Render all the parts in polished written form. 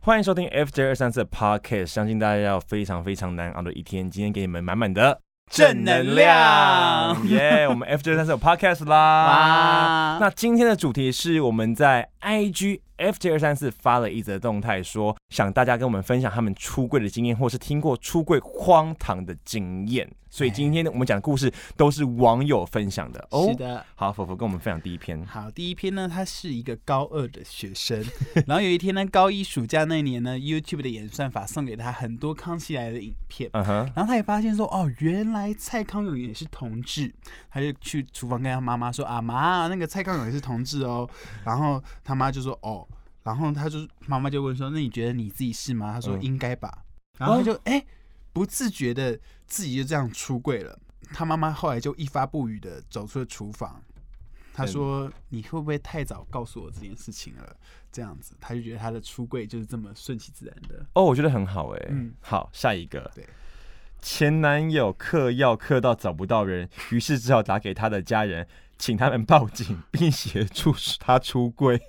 欢迎收听 FJ234的 Podcast， 相信大家要非常非常难熬的一天，今天给你们满满的正能量，耶！我们 FJ234 有 Podcast 啦。那今天的主题是我们在 IG FJ234 发了一则动态，说想大家跟我们分享他们出柜的经验，或是听过出柜荒唐的经验。所以今天我们讲的故事都是网友分享的哦。 是的， 好，佛佛跟我们分享第一篇。 好，第一篇呢，他是一个高2的学生，然后有一天呢，高1暑假那年呢 ，YouTube 的演算法送给他很多康熙来的影片，然后他也发现说，哦，原来蔡康永也是同志，他就去厨房跟他妈妈说，啊妈，那个蔡康永也是同志哦，然后他妈就说，哦，然后妈妈就问说，那你觉得你自己是吗？他说应该吧，然后他就不自觉的自己就这样出柜了。他妈妈后来就一发不语的走出了厨房，他说：“你会不会太早告诉我这件事情了？”这样子，他就觉得他的出柜就是这么顺其自然的。 哦，我觉得很好哎。好，下一个。对，前男友嗑药嗑到找不到人，于是只好打给他的家人，请他们报警，并协助他出柜。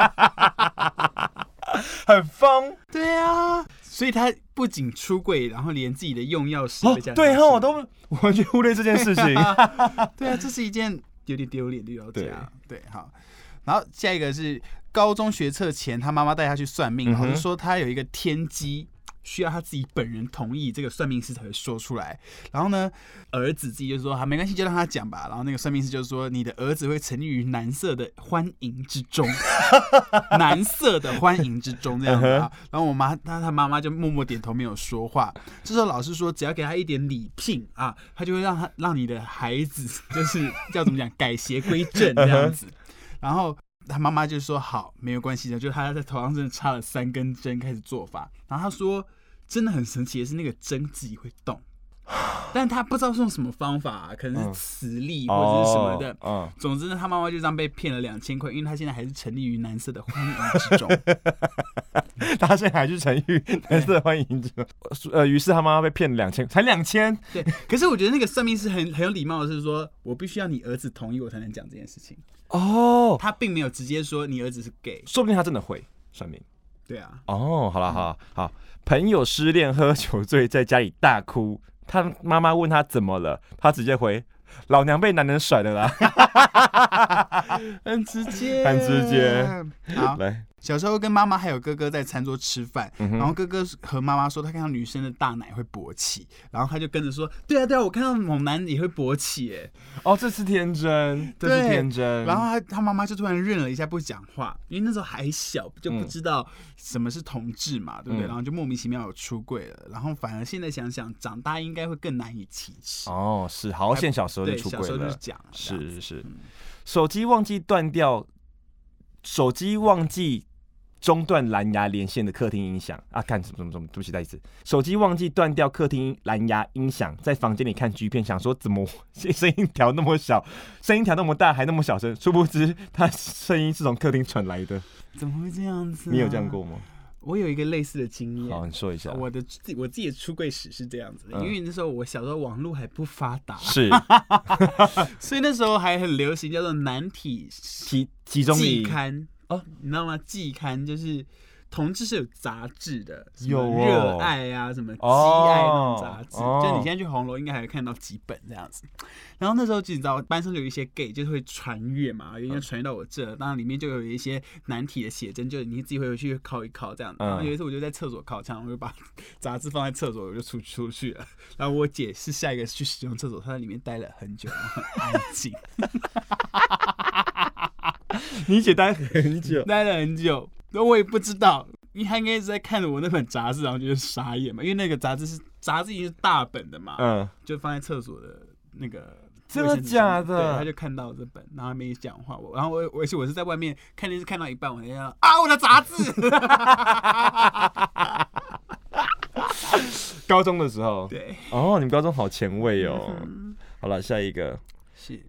很疯。 对啊，所以他不仅出柜，然后连自己的用药史被这样对哈，我都完全忽略这件事情。 对啊，这是一件有点丢脸的要讲。对，好。然后下一个是高中学测前，他妈妈带他去算命，老师说他有一个天机，需要他自己本人同意，这个算命师才会说出来。然后呢，儿子自己就说：“好，没关系，就让他讲吧。”然后那个算命师就说：“你的儿子会沉溺于蓝色的欢迎之中，蓝色的欢迎之中。”这样子啊。然后他妈妈就默默点头，没有说话。这时候老师说：“只要给他一点礼聘啊，他就会让你的孩子就是要怎么讲改邪归正这样子。”然后他妈妈就说：“好，没有关系的。”就他在头上真的插了3根针开始做法。然后他说。真的很神奇的是，那个针自己会动，但他不知道是用什么方法，可能是磁力或者是什么的。总之呢，他妈妈就这样被骗了2000块，因为他现在还是沉溺于蓝色的欢迎之中。 他现在还是沉溺于蓝色的欢迎之中。于是他妈妈被骗了2000，才2000。 对，可是我觉得那个算命师很有礼貌的是说，我必须要你儿子同意我才能讲这件事情。哦，他并没有直接说你儿子是 gay， 说不定他真的会算命。 对啊。 哦，好了，好。朋友失恋喝酒醉，在家里大哭。他妈妈问他怎么了，他直接回：“老娘被男人甩了啦。” 很直接， 很直接。 好， 来。 小时候跟妈妈还有哥哥在餐桌吃饭，然后哥哥和妈妈说他看到女生的大奶会勃起，然后他就跟着说：“对啊，我看到猛男也会勃起。” 哦，这是天真，这是天真。 然后他妈妈就突然愣了一下，不讲话，因为那时候还小，就不知道什么是同志嘛，对不对？然后就莫名其妙有出柜了，然后反而现在想想，长大应该会更难以启齿。 哦，是，好险小时候就出柜了， 对，小时候就是讲， 是。手机忘记断掉，手机忘记中断蓝牙连线的客厅音响啊！看什么？对不起，再一次，手机忘记断掉客厅蓝牙音响，在房间里看 G 片，想说怎么声音调那么小，声音调那么大，还那么小声，殊不知他声音是从客厅传来的。 怎么会这样子？ 你有这样过吗？ 我有一个类似的经验。 好，你说一下。 我自己的出柜史是这样子的，因为那时候我小时候网络还不发达， 是， 所以那时候还很流行叫做男体集中季刊。哦，你知道吗？季刊就是同志是有杂志的， 有热爱啊，什么基爱那种杂志，就你现在去红楼应该还会看到几本这样子。然后那时候就你知道班上就有一些 gay 就是会传阅嘛，有一些传阅到我这，当然里面就有一些男体的写真，就你自己会回去拷一拷这样子。然后有一次我就在厕所靠墙，我就把杂志放在厕所，我就出去了。然后我姐是下一个去使用厕所，她在里面待了很久，很安静。 你姐待很久， 待了很久，然后我也不知道，因为她应该是在看着我那本杂志，然后就是傻眼嘛，因为那个杂志已经是大本的嘛，就放在厕所的那个。 真的假的？ 对，他就看到这本，然后没讲话。然后我是在外面看电视看到一半，我就说啊，我的杂志。 高中的时候， 对， 哦，你们高中好前卫哦。好了，下一个是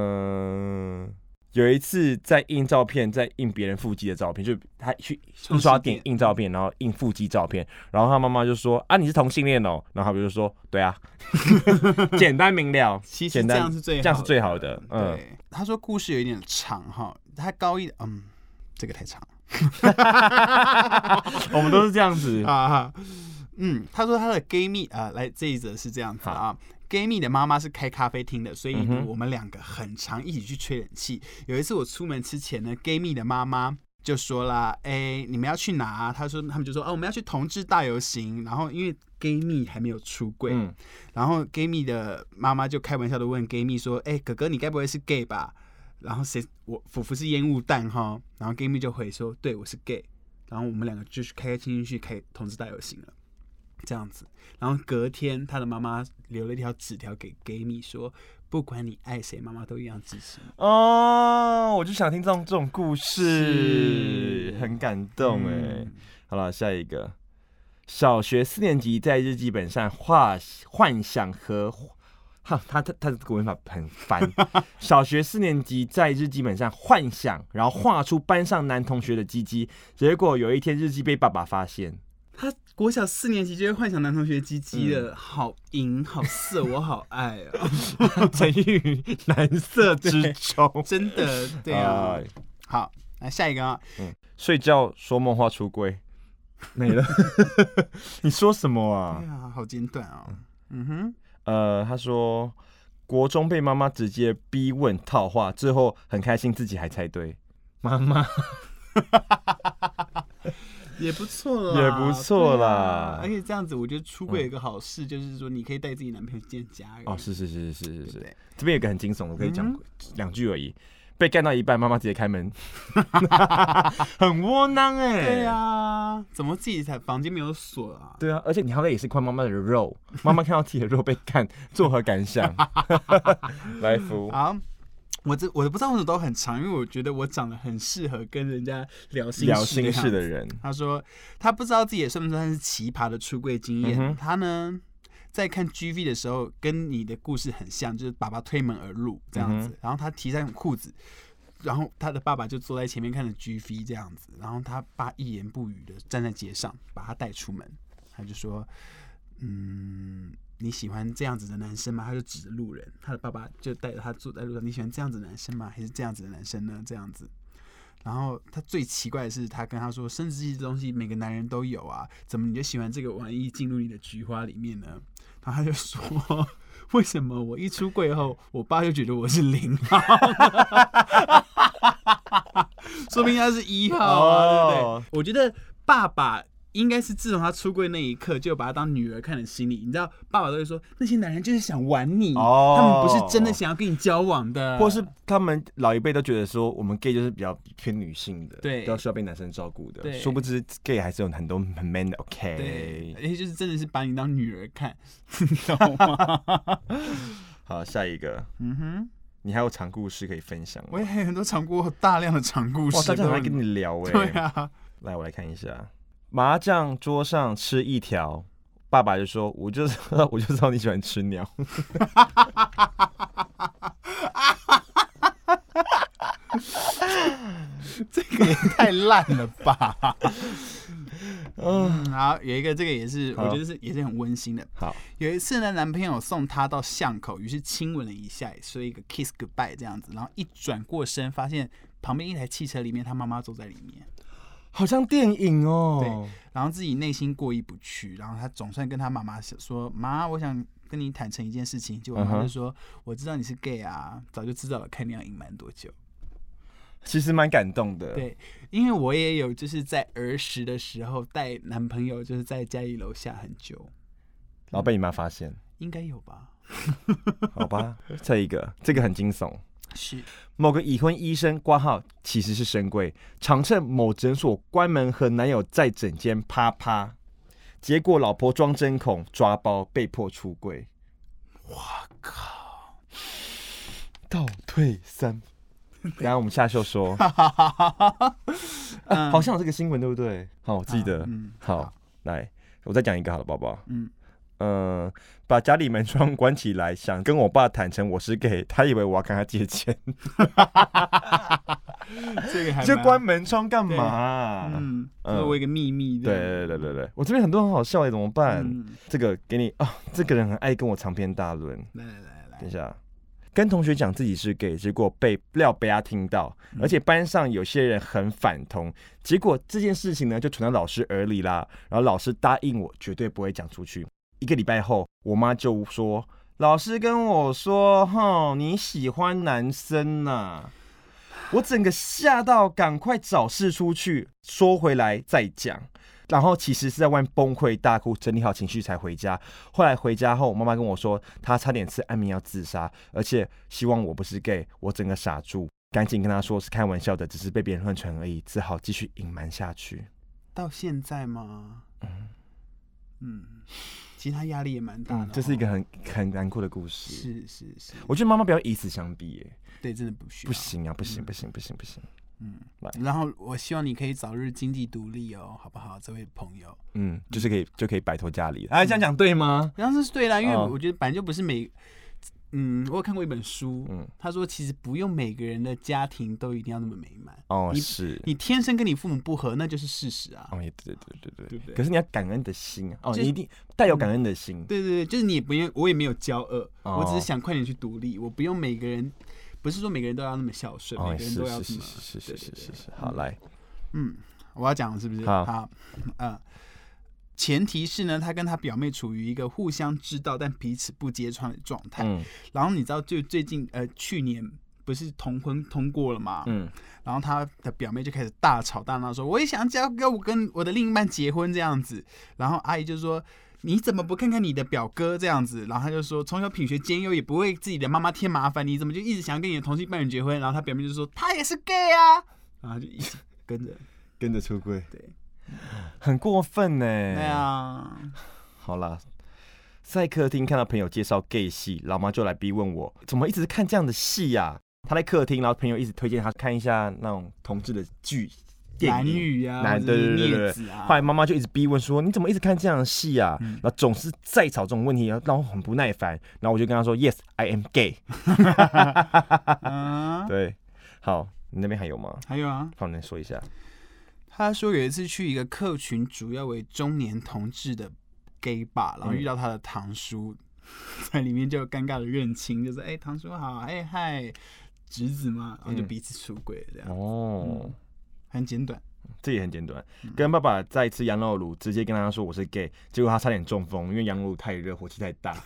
有一次在印照片，在印别人腹肌的照片，就他去印刷店印照片，然后印腹肌照片，然后他妈妈就说：“啊，你是同性恋哦。”然后他就说：“对啊。”简单明了， 其实这样是最好的。 对， 他说故事有一点长哈，他高一这个太长了。 我们都是这样子啊。他说他的 gay 蜜来这一则是这样子啊。gay 蜜的妈妈是开咖啡厅的，所以我们2个很常一起去吹冷气。有一次我出门之前呢 ，gay 蜜的妈妈就说啦：“你们要去哪？”他们就说：“我们要去同志大游行。”然后因为 gay 蜜还没有出柜，然后 gay 蜜的妈妈就开玩笑的问 gay 蜜说：“哥哥，你该不会是 gay 吧？”然后我福福是烟雾弹哈，然后 gay 蜜就回说：“对，我是 gay。”然后我们2个就开开心心去开同志大游行了。这样子，然后隔天他的妈妈留了一条纸条给 gay 蜜说，不管你爱谁，妈妈都一样支持你。 我就想听这种故事，很感动哎。好了，下一个，小学4年级在日记本上幻想和他的文法很烦。小学4年级在日记本上幻想，然后画出班上男同学的鸡鸡，结果有一天日记被爸爸发现。 他国小4年级就会幻想男同学鸡鸡了，好淫好色，我好爱啊！ 沉溺于男色之中， 真的，对啊。好，来下一个啊。 睡觉说梦话出柜，没了。你说什么啊？ 对啊，好简短啊。 他说国中被妈妈直接逼问套话，最后很开心自己还猜对。妈妈。 也不错啦， 也不错啦。 而且这样子，我觉得出柜有一个好事，就是说你可以带自己男朋友见家人。 是。这边有个很惊悚，我可以讲2句而已。被干到一半，妈妈直接开门，很窝囊哎。 对啊，怎么自己房间没有锁啊？ 对啊，而且你好歹也是块妈妈的肉，妈妈看到自己的肉被干，作何感想？来福。 好。我的不知道为什么都很长，因为我觉得我长得很适合跟人家聊心事的人。 他说他不知道自己也算不算是奇葩的出柜经验。他呢在看 GV 的时候跟你的故事很像，就是爸爸推门而入这样子，然后他提上裤子，然后他的爸爸就坐在前面看着 GV 这样子，然后他爸一言不语的站在街上把他带出门，他就说你喜欢这样子的男生吗？他就指着路人，他的爸爸就带着他坐在路上。你喜欢这样子的男生吗？还是这样子的男生呢？这样子。然后他最奇怪的是，他跟他说，生殖器这东西每个男人都有啊，怎么你就喜欢这个玩意进入你的菊花里面呢？然后他就说，为什么我一出柜后，我爸就觉得我是0号？说不定他是1号啊，对不对？我觉得爸爸应该是自从他出柜那一刻，就把他当女儿看在心里。你知道，爸爸都会说那些男人就是想玩你，他们不是真的想要跟你交往的， 或是他们老一辈都觉得说我们 gay 就是比较偏女性的， 对， 比较需要被男生照顾的。殊不知 gay 还是有很多很 man 的 ，OK？ 对，而且就是真的是把你当女儿看，你懂吗？ 好，下一个，你还有长故事可以分享吗？ 我也还有很多大量的长故事， 哇，大家很爱跟你聊对啊， 来，我来看一下。麻将桌上吃1条，爸爸就说：“我就知道你喜欢吃鸟。” 这个也太烂了吧！好，有一个这个也是，我觉得也是很温馨的。 好， 有一次呢，男朋友送她到巷口，于是亲吻了一下，说一个 kiss goodbye 这样子，然后一转过身，发现旁边一台汽车里面，他妈妈坐在里面。 好像电影哦。 对，然后自己内心过意不去，然后他总算跟他妈妈说：“妈，我想跟你坦诚一件事情。”结果妈妈就说：“我知道你是 gay 啊，早就知道了，看你要隐瞒多久。” 其实蛮感动的。 对，因为我也有就是在儿时的时候带男朋友，就是在家里楼下很久， 然后被你妈发现， 应该有吧？ 好吧，这个很惊悚。 是某个已婚医生挂号其实是深柜，常趁某诊所关门和男友在诊间啪啪，结果老婆装针孔抓包，被迫出柜。 哇靠！ 倒退3，等一下我们下秀说。好像有这个新闻对不对？好，我记得。好，来，我再讲一个好了，宝宝。把家里门窗关起来，想跟我爸坦诚我是 gay， 他以为我要跟他借钱。 这个还就关门窗干嘛？ 作为一个秘密。 对，我这边很多很好笑怎么办？这个给你啊，这个人很爱跟我长篇大论。 来， 等一下， 跟同学讲自己是 gay， 结果被他听到，而且班上有些人很反同，结果这件事情呢就传到老师耳里啦。然后老师答应我绝对不会讲出去。1个礼拜后，我妈就说：“老师跟我说，你喜欢男生啊。”我整个吓到，赶快找事出去，说回来再讲。然后其实是在外面崩溃大哭，整理好情绪才回家。后来回家后，我妈妈跟我说，她差点吃安眠药自杀，而且希望我不是 gay。我整个傻住，赶紧跟她说是开玩笑的，只是被别人乱传而已，只好继续隐瞒下去。 到现在吗？其实他压力也蛮大的。 这是一个很难过的故事。 是。 我觉得妈妈不要以此相逼耶。 对，真的不需要。 不行啊，不行。 然后我希望你可以早日经济独立哦，好不好，这位朋友？ 就是可以摆脱家里。这样讲对吗？ 好像是对啦，因为我觉得本来就不是我有看过一本书，他说其实不用每个人的家庭都一定要那么美满。 是你天生跟你父母不合，那就是事实啊。 对。可是你要感恩的心啊，你一定带有感恩的心。 对，就是你也不用，我也没有骄傲，我只是想快点去独立，我不用每个人。不是说每个人都要那么孝顺，每个人都要这么。是。 好，来， 我要讲是不是？好，前提是呢，他跟他表妹处于一个互相知道但彼此不揭穿的状态。然后你知道，就最近去年不是同婚通过了嘛？然后他的表妹就开始大吵大闹，说我也想跟我跟我的另一半结婚这样子。然后阿姨就说，你怎么不看看你的表哥这样子？然后他就说，从小品学兼优，也不为自己的妈妈添麻烦，你怎么就一直想要跟你的同性伴侣结婚？然后他表妹就说，他也是 gay 啊，然后就一直跟着出柜， 对， 很过分呢。 对啊， 好啦，在客厅看到朋友介绍 gay 戏，老妈就来逼问我，怎么一直看这样的戏呀？他在客厅，然后朋友一直推荐他看一下那种同志的剧。 男女啊， 对，后来妈妈就一直逼问说：“你怎么一直看这样的戏啊？”然后总是在吵这种问题，让我很不耐烦。然后我就跟他说 ：“Yes, I am gay。”对，好，你那边还有吗？ 还有啊， 好，你说一下。 他说有一次去一个客群主要为中年同志的 gay bar， 然后遇到他的堂叔，在里面就有尴尬的认亲，就是堂叔好，嗨，侄子嘛，然后就彼此出柜这样。很简短， 这也很简短。跟爸爸在吃羊肉炉，直接跟他说我是 gay， 结果他差点中风，因为羊肉炉太热，火气太大。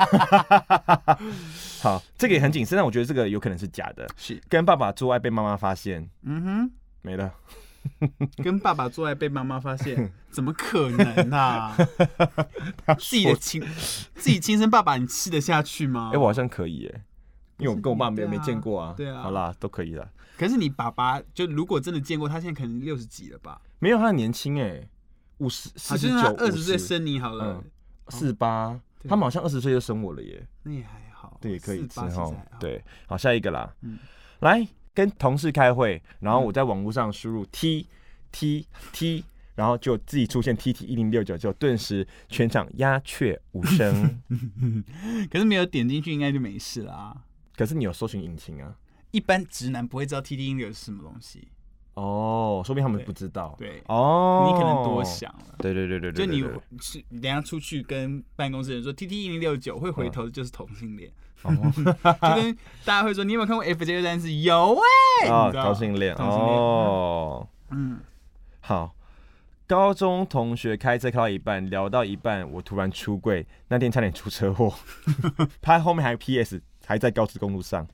好，这个也很谨慎，但我觉得这个有可能是假的。 是跟爸爸做爱被妈妈发现，没了。 跟爸爸做爱被妈妈发现，怎么可能啊？自己亲生爸爸，你吃得下去吗？ 我好像可以耶，因为我跟我爸没见过啊。 对啊， 好啦，都可以了。 可是你爸爸就如果真的见过，他现在可能60几了吧？ 没有，他很年轻50、49、 20岁生你好了 ，48，他们好像20岁就生我了耶。 那也还好， 对，也可以吃哈。对，好，下一个啦。来跟同事开会，然后我在网络上输入 T， 然后就自己出现 TT1069，就顿时全场鸦雀无声。 可是没有点进去，应该就没事啦。 可是你有搜寻引擎啊？ 一般直男不会知道 TT1069是什么东西哦，说不定他们不知道。 对哦， 你可能多想了。 对， 就你等一下出去跟办公室人说 TT1069，会回头就是同性恋。就跟大家会说，你有没有看过 FJ234？有同性恋哦。好。高中同学开车开到一半，聊到一半，我突然出柜，那天差点出车祸。他后面还 PS， 还在高速公路上。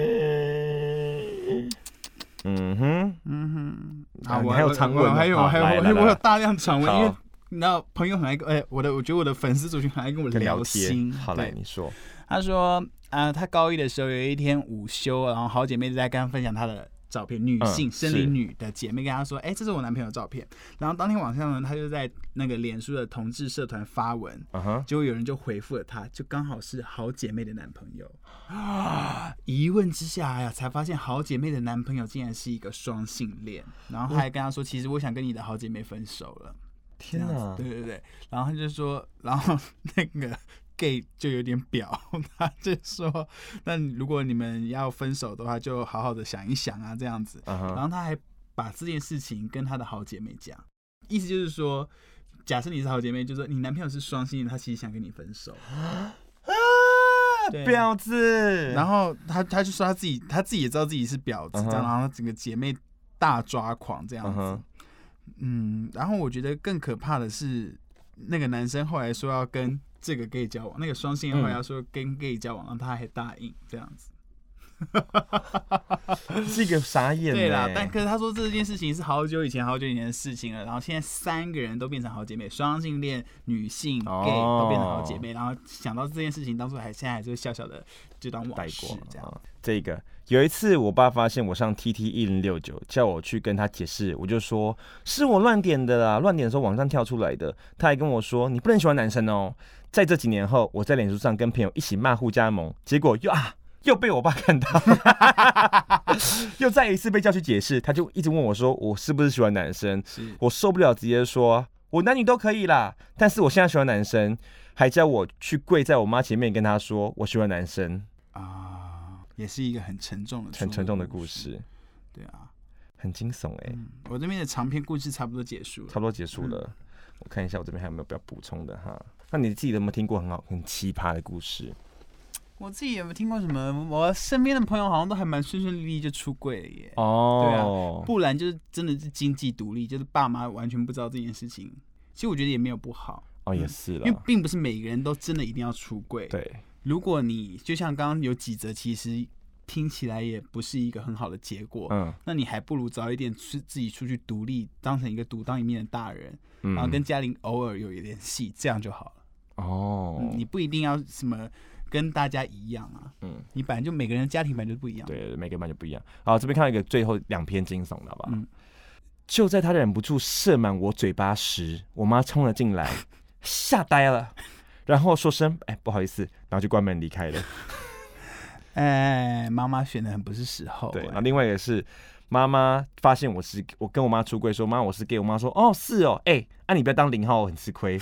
你还有长文？ 还有，我有大量长文，因为你知道朋友很爱跟我觉得我的粉丝族群很爱跟我聊心。 好，来你说。 他说他高一的时候有一天午休，然后好姐妹在跟他分享她的照片，女性生理女的姐妹跟他说，这是我男朋友的照片。然后当天晚上呢，他就在那个脸书的同志社团发文，结果有人就回复了他，就刚好是好姐妹的男朋友。疑问之下呀，才发现好姐妹的男朋友竟然是一个双性恋。然后他还跟他说，其实我想跟你的好姐妹分手了。 天哪！ 对，然后他就说，然后那个gay 就有点表，他就说，那如果你们要分手的话，就好好的想一想啊，这样子。然后他还把这件事情跟他的好姐妹讲，意思就是说，假设你是好姐妹，就是说你男朋友是双性恋，他其实想跟你分手。 婊子。 然后他就说他自己也知道自己是婊子，这样，然后整个姐妹大抓狂这样子。然后我觉得更可怕的是，那个男生后来说要跟这个 gay 交往，那个双性恋后来要说跟 gay 交往，然后他还答应这样子。 是一个傻眼。 对啦，但可是他说这件事情是好久以前的事情了，然后现在3个人都变成好姐妹，双性恋、女性、gay 都变成好姐妹，然后想到这件事情，当初现在还是笑笑的就当往事这样。 这个有一次，我爸发现我上 TT1069，叫我去跟他解释，我就说是我乱点的啦，乱点的时候网上跳出来的。他还跟我说你不能喜欢男生哦。在这几年后，我在脸书上跟朋友一起骂互加盟，结果又被我爸看到，又再一次被叫去解释，他就一直问我说我是不是喜欢男生，我受不了，直接说我男女都可以啦，但是我现在喜欢男生，还叫我去跪在我妈前面跟他说我喜欢男生啊，也是一个很沉重的故事。对啊， 很惊悚我这边的长篇故事差不多结束了。 我看一下我这边还有没有要补充的哈。那你自己有没有听过很奇葩的故事？ 我自己有没有听过什么？我身边的朋友好像都还蛮顺利利就出柜了耶。对啊，不然就是真的是经济独立，就是爸妈完全不知道这件事情。其实我觉得也没有不好。 也是了， 因为并不是每个人都真的一定要出柜。 对， 如果你就像刚刚有几则，其实听起来也不是一个很好的结果。那你还不如早一点自己出去独立，当成一个独当一面的大人，然后跟家里偶尔有一点戏，这样就好了。你不一定要什么。跟大家一样啊，你本来就每个人的家庭本来就不一样， 对，每个人本来就不一样。好，这边看到一个最后2篇惊悚的，好不好？就在他忍不住射满我嘴巴时，我妈冲了进来，吓呆了，然后说声不好意思，然后就关门离开了。 妈妈选的很不是时候。 对，然后另外一个是妈妈发现我跟我妈出柜说妈我是 gay， 我妈说是哦，你不要当0号，我很吃亏。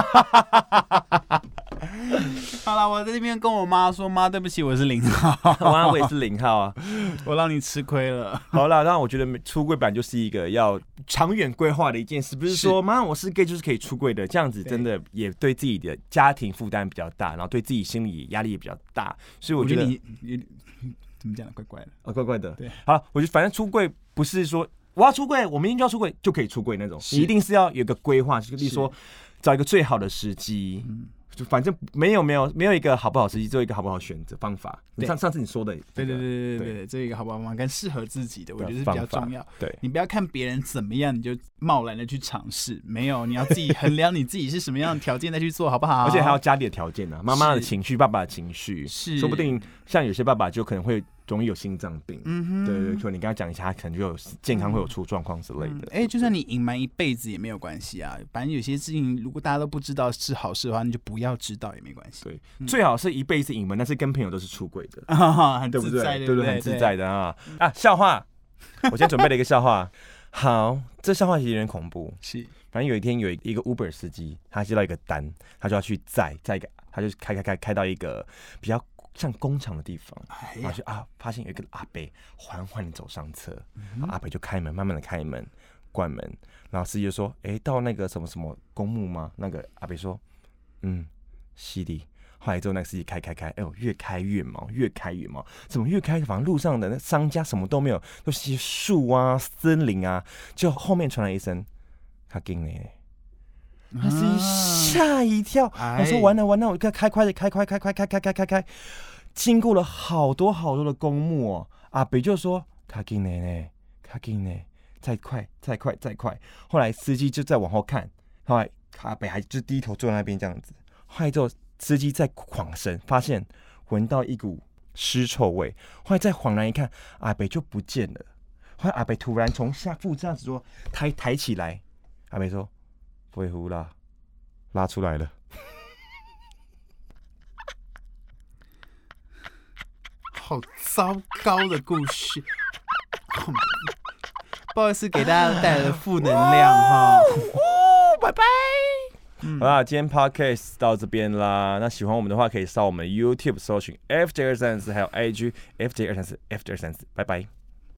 好啦，我在这边跟我妈说，妈，对不起，我是0号， 妈，我也是0号啊， 我让你吃亏了。 好啦，那我觉得出柜本来就是一个要长远规划的一件事，不是说妈我是 gay 就是可以出柜的，这样子真的也对自己的家庭负担比较大，然后对自己心理压力也比较大，所以我觉得你怎么讲的怪怪的， 怪怪的。 对， 好，我觉得反正出柜不是说我要出柜，我明天就要出柜就可以出柜那种，你一定是要有个规划，就是例如说找一个最好的时机。就反正没有一个好不好时机，只有一个好不好选择方法。上次你说的， 对，这一个好不好方法跟适合自己的，我觉得是比较重要。 对， 你不要看别人怎么样，你就贸然的去尝试，没有，你要自己衡量你自己是什么样的条件再去做，好不好？ 而且还要家里的条件啊，妈妈的情绪，爸爸的情绪，说不定像有些爸爸就可能会容易有心脏病，对，所以你跟他讲一下，他可能就有健康会有出状况之类的。 就算你隐瞒一辈子也没有关系啊，反正有些事情如果大家都不知道是好事的话，你就不要知道也没关系。 对，最好是一辈子隐瞒，但是跟朋友都是出柜的， 很自在， 对不对？很自在的啊！笑话，我今天准备了一个笑话。好，这笑话其实有点恐怖。 是， 反正有一天有一个 Uber 司机，他接到一个单，他就要去载一个，他就开到一个比较像工厂的地方，然后就发现有一个阿伯缓缓的走上车，阿伯就开门，慢慢的开门，关门，然后司机就说：“到那个什么什么公墓吗？”那个阿伯说：“是的。”后来之后，那个司机开，越开越毛，怎么越开？反正路上的那商家什么都没有，都是一些树啊、森林啊。就后面传来一声“卡紧呢”，那司机吓一跳，他说：“完了，我开快，开。”经过了好多的公墓哦，阿北就说：“卡紧呢，再快。”后来司机就再往后看，后来阿北还就低头坐在那边这样子。后来之后，司机再晃神，发现闻到一股尸臭味。后来再恍然一看，阿北就不见了。后来阿北突然从副驾驶座抬起来，阿北说：“不会糊啦，拉出来了。” 好糟糕的故事，不好意思给大家带来的负能量哈。 拜拜。好啦，今天 podcast 到这边啦。那喜欢我们的话，可以上我们 YouTube 搜寻 FJ234，还有 IG FJ234，拜拜。